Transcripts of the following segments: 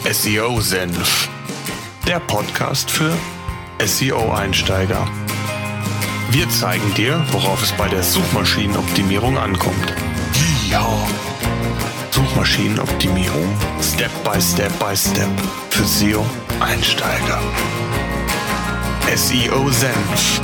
SEO-Senf, der Podcast für SEO-Einsteiger. Wir zeigen dir, worauf es bei der Suchmaschinenoptimierung ankommt. Ja. Suchmaschinenoptimierung Step by Step by Step für SEO-Einsteiger. SEO-Senf.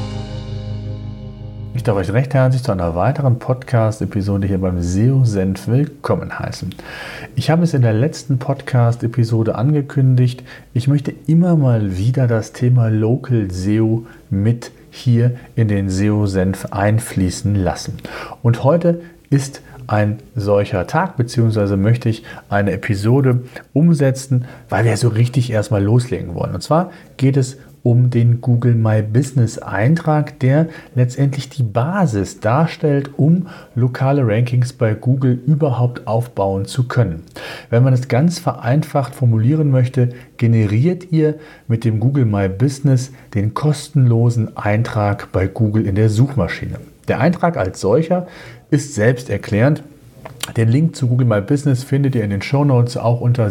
Ich darf euch recht herzlich zu einer weiteren Podcast-Episode hier beim SEO-Senf willkommen heißen. Ich habe es in der letzten Podcast-Episode angekündigt, ich möchte immer mal wieder das Thema Local SEO mit hier in den SEO-Senf einfließen lassen. Und heute ist ein solcher Tag, beziehungsweise möchte ich eine Episode umsetzen, weil wir so richtig erstmal loslegen wollen. Und zwar geht es um den Google My Business Eintrag, der letztendlich die Basis darstellt, um lokale Rankings bei Google überhaupt aufbauen zu können. Wenn man es ganz vereinfacht formulieren möchte, generiert ihr mit dem Google My Business den kostenlosen Eintrag bei Google in der Suchmaschine. Der Eintrag als solcher ist selbsterklärend. Den Link zu Google My Business findet ihr in den Shownotes auch unter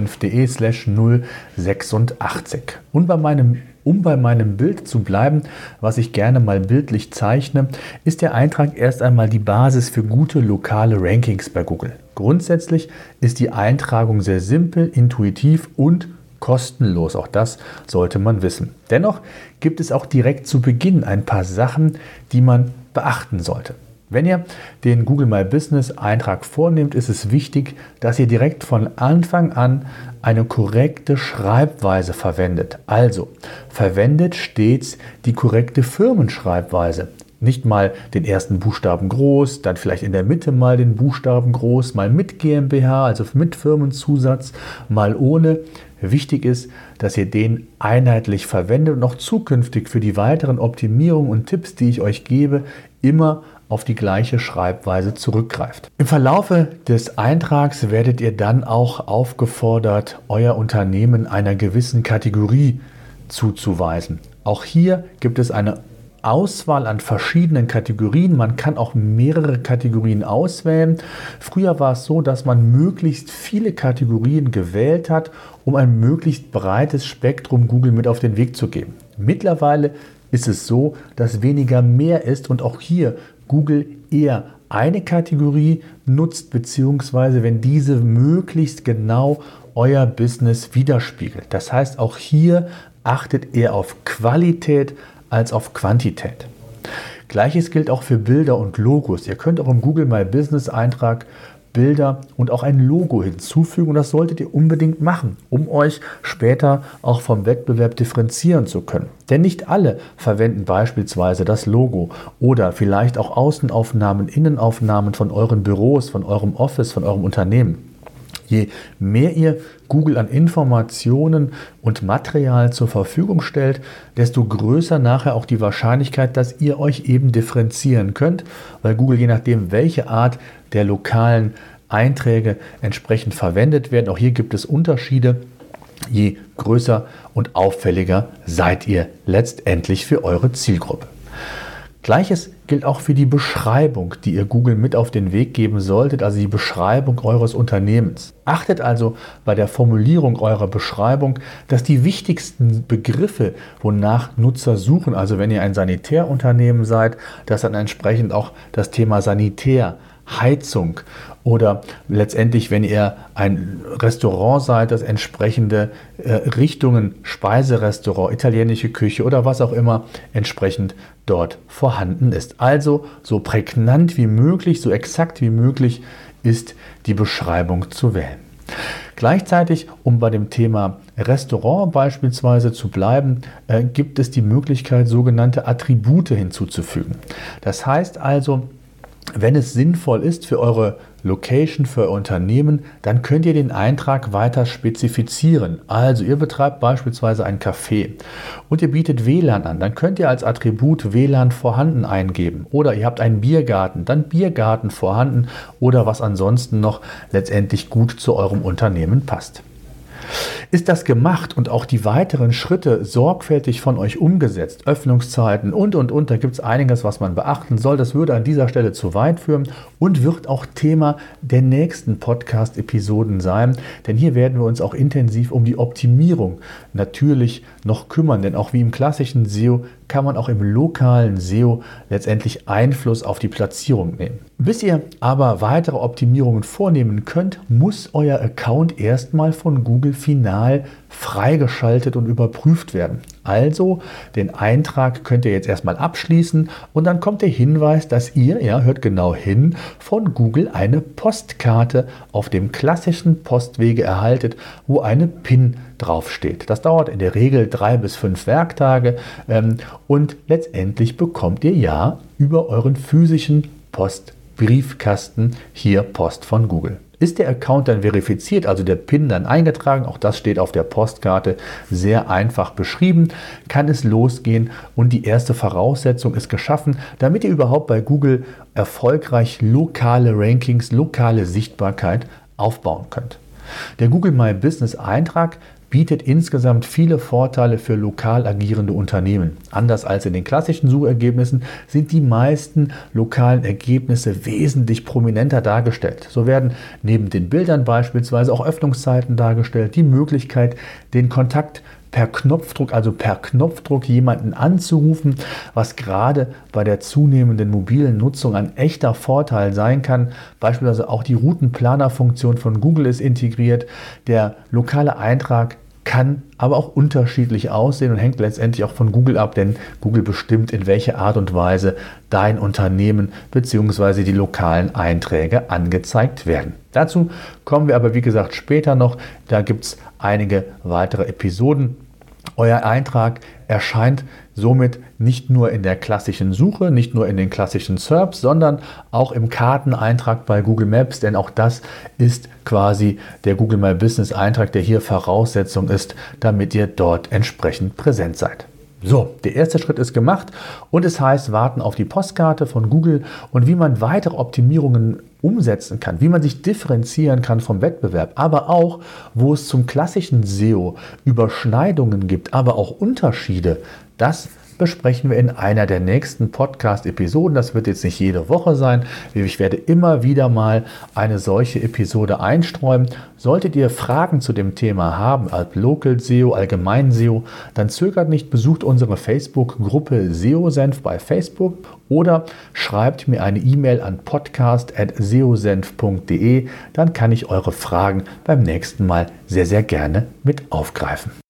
seosenf.de/086. Und um bei meinem Bild zu bleiben, was ich gerne mal bildlich zeichne, ist der Eintrag erst einmal die Basis für gute lokale Rankings bei Google. Grundsätzlich ist die Eintragung sehr simpel, intuitiv und kostenlos. Auch das sollte man wissen. Dennoch gibt es auch direkt zu Beginn ein paar Sachen, die man beachten sollte. Wenn ihr den Google My Business Eintrag vornehmt, ist es wichtig, dass ihr direkt von Anfang an eine korrekte Schreibweise verwendet. Also verwendet stets die korrekte Firmenschreibweise. Nicht mal den ersten Buchstaben groß, dann vielleicht in der Mitte mal den Buchstaben groß, mal mit GmbH, also mit Firmenzusatz, mal ohne. Wichtig ist, dass ihr den einheitlich verwendet und auch zukünftig für die weiteren Optimierungen und Tipps, die ich euch gebe, immer auf die gleiche Schreibweise zurückgreift. Im Verlaufe des Eintrags werdet ihr dann auch aufgefordert, euer Unternehmen einer gewissen Kategorie zuzuweisen. Auch hier gibt es eine Auswahl an verschiedenen Kategorien. Man kann auch mehrere Kategorien auswählen. Früher war es so, dass man möglichst viele Kategorien gewählt hat, um ein möglichst breites Spektrum Google mit auf den Weg zu geben. Mittlerweile ist es so, dass weniger mehr ist und auch hier Google eher eine Kategorie nutzt, beziehungsweise wenn diese möglichst genau euer Business widerspiegelt. Das heißt, auch hier achtet eher auf Qualität als auf Quantität. Gleiches gilt auch für Bilder und Logos. Ihr könnt auch im Google My Business Eintrag Bilder und auch ein Logo hinzufügen und das solltet ihr unbedingt machen, um euch später auch vom Wettbewerb differenzieren zu können. Denn nicht alle verwenden beispielsweise das Logo oder vielleicht auch Außenaufnahmen, Innenaufnahmen von euren Büros, von eurem Office, von eurem Unternehmen. Je mehr ihr Google an Informationen und Material zur Verfügung stellt, desto größer nachher auch die Wahrscheinlichkeit, dass ihr euch eben differenzieren könnt, weil Google, je nachdem, welche Art der lokalen Einträge entsprechend verwendet werden, auch hier gibt es Unterschiede, je größer und auffälliger seid ihr letztendlich für eure Zielgruppe. Gleiches gilt auch für die Beschreibung, die ihr Google mit auf den Weg geben solltet, also die Beschreibung eures Unternehmens. Achtet also bei der Formulierung eurer Beschreibung, dass die wichtigsten Begriffe, wonach Nutzer suchen, also wenn ihr ein Sanitärunternehmen seid, dass dann entsprechend auch das Thema Sanitär, Heizung oder letztendlich, wenn ihr ein Restaurant seid, das entsprechende Richtungen, Speiserestaurant, italienische Küche oder was auch immer entsprechend dort vorhanden ist. Also so prägnant wie möglich, so exakt wie möglich ist die Beschreibung zu wählen. Gleichzeitig, um bei dem Thema Restaurant beispielsweise zu bleiben, gibt es die Möglichkeit, sogenannte Attribute hinzuzufügen. Das heißt also, wenn es sinnvoll ist für eure Location, für euer Unternehmen, dann könnt ihr den Eintrag weiter spezifizieren. Also ihr betreibt beispielsweise ein Café und ihr bietet WLAN an, dann könnt ihr als Attribut WLAN vorhanden eingeben. Oder ihr habt einen Biergarten, dann Biergarten vorhanden oder was ansonsten noch letztendlich gut zu eurem Unternehmen passt. Ist das gemacht und auch die weiteren Schritte sorgfältig von euch umgesetzt, Öffnungszeiten und, da gibt es einiges, was man beachten soll. Das würde an dieser Stelle zu weit führen und wird auch Thema der nächsten Podcast-Episoden sein, denn hier werden wir uns auch intensiv um die Optimierung natürlich noch kümmern, denn auch wie im klassischen SEO kann man auch im lokalen SEO letztendlich Einfluss auf die Platzierung nehmen. Bis ihr aber weitere Optimierungen vornehmen könnt, muss euer Account erstmal von Google final freigeschaltet und überprüft werden. Also den Eintrag könnt ihr jetzt erstmal abschließen und dann kommt der Hinweis, dass ihr, hört genau hin, von Google eine Postkarte auf dem klassischen Postwege erhaltet, wo eine PIN draufsteht. Das dauert in der Regel 3 bis 5 Werktage und letztendlich bekommt ihr über euren physischen Postbriefkasten hier Post von Google. Ist der Account dann verifiziert, also der PIN dann eingetragen, auch das steht auf der Postkarte sehr einfach beschrieben, kann es losgehen und die erste Voraussetzung ist geschaffen, damit ihr überhaupt bei Google erfolgreich lokale Rankings, lokale Sichtbarkeit aufbauen könnt. Der Google My Business Eintrag bietet insgesamt viele Vorteile für lokal agierende Unternehmen. Anders als in den klassischen Suchergebnissen sind die meisten lokalen Ergebnisse wesentlich prominenter dargestellt. So werden neben den Bildern beispielsweise auch Öffnungszeiten dargestellt, die Möglichkeit, den Kontakt per Knopfdruck jemanden anzurufen, was gerade bei der zunehmenden mobilen Nutzung ein echter Vorteil sein kann. Beispielsweise auch die Routenplaner-Funktion von Google ist integriert. Der lokale Eintrag kann aber auch unterschiedlich aussehen und hängt letztendlich auch von Google ab, denn Google bestimmt, in welcher Art und Weise dein Unternehmen bzw. die lokalen Einträge angezeigt werden. Dazu kommen wir aber wie gesagt später noch, da gibt es einige weitere Episoden. Euer Eintrag erscheint somit nicht nur in der klassischen Suche, nicht nur in den klassischen SERPs, sondern auch im Karteneintrag bei Google Maps, denn auch das ist quasi der Google My Business Eintrag, der hier Voraussetzung ist, damit ihr dort entsprechend präsent seid. So, der erste Schritt ist gemacht und es heißt, warten auf die Postkarte von Google und wie man weitere Optimierungen umsetzen kann, wie man sich differenzieren kann vom Wettbewerb, aber auch, wo es zum klassischen SEO Überschneidungen gibt, aber auch Unterschiede, das besprechen wir in einer der nächsten Podcast-Episoden. Das wird jetzt nicht jede Woche sein. Ich werde immer wieder mal eine solche Episode einstreuen. Solltet ihr Fragen zu dem Thema haben, als Local SEO, allgemein SEO, dann zögert nicht, besucht unsere Facebook-Gruppe SEO-Senf bei Facebook oder schreibt mir eine E-Mail an podcast@seosenf.de. Dann kann ich eure Fragen beim nächsten Mal sehr, sehr gerne mit aufgreifen.